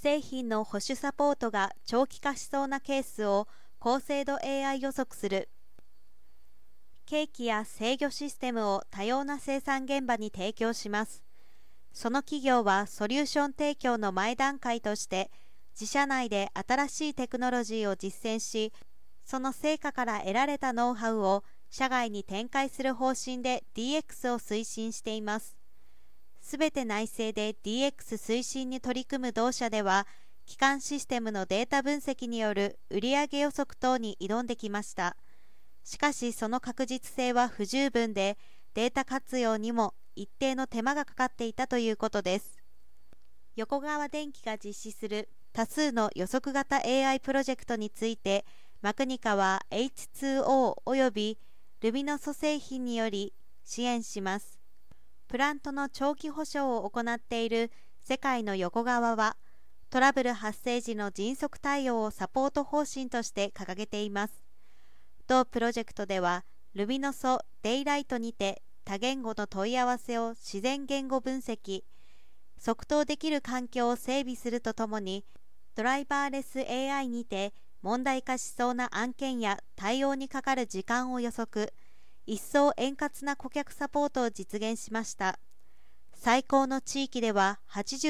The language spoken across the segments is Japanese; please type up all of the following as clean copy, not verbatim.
製品の保守サポートが長期化しそうなケースを高精度 AI 予測する。計器や制御システムを多様な生産現場に提供します。その企業はソリューション提供の前段階として自社内で新しいテクノロジーを実践し、その成果から得られたノウハウを社外に展開する方針で DX を推進しています。すべて内製で DX 推進に取り組む同社では、基幹システムのデータ分析による売上予測等に挑んできました。しかしその確実性は不十分で、データ活用にも一定の手間がかかっていたということです。横川電機が実施する多数の予測型 AI プロジェクトについて、マクニカは H2O およびルミノソ製品により支援します。プラントの長期保証を行っている世界の横川は、トラブル発生時の迅速対応をサポート方針として掲げています。同プロジェクトでは、ルミノソ・デイライトにて多言語の問い合わせを自然言語分析、即答できる環境を整備するとともに、ドライバーレス AI にて問題化しそうな案件や対応にかかる時間を予測、一層円滑な顧客サポートを実現しました。最高の地域では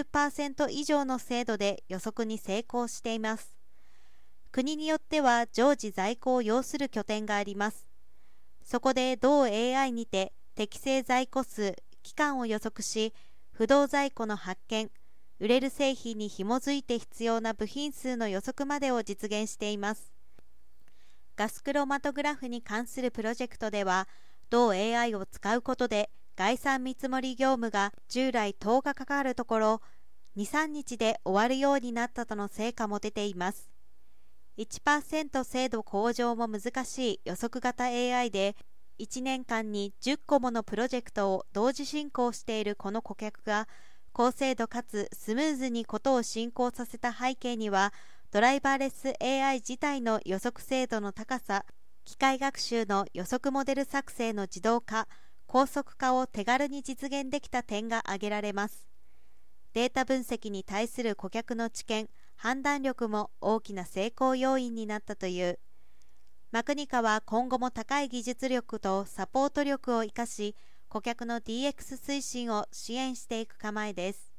80% 以上の精度で予測に成功しています。国によっては常時在庫を要する拠点があります。そこで同 AI にて適正在庫数、期間を予測し、不動在庫の発見、売れる製品に紐づいて必要な部品数の予測までを実現しています。ガスクロマトグラフに関するプロジェクトでは、同 AI を使うことで概算見積もり業務が従来10日かかるところ、2、3日で終わるようになったとの成果も出ています。1% 精度向上も難しい予測型 AI で、1年間に10個ものプロジェクトを同時進行しているこの顧客が、高精度かつスムーズにことを進行させた背景には、ドライバーレス AI 自体の予測精度の高さ、機械学習の予測モデル作成の自動化、高速化を手軽に実現できた点が挙げられます。データ分析に対する顧客の知見、判断力も大きな成功要因になったという。マクニカは今後も高い技術力とサポート力を生かし、顧客の DX 推進を支援していく構えです。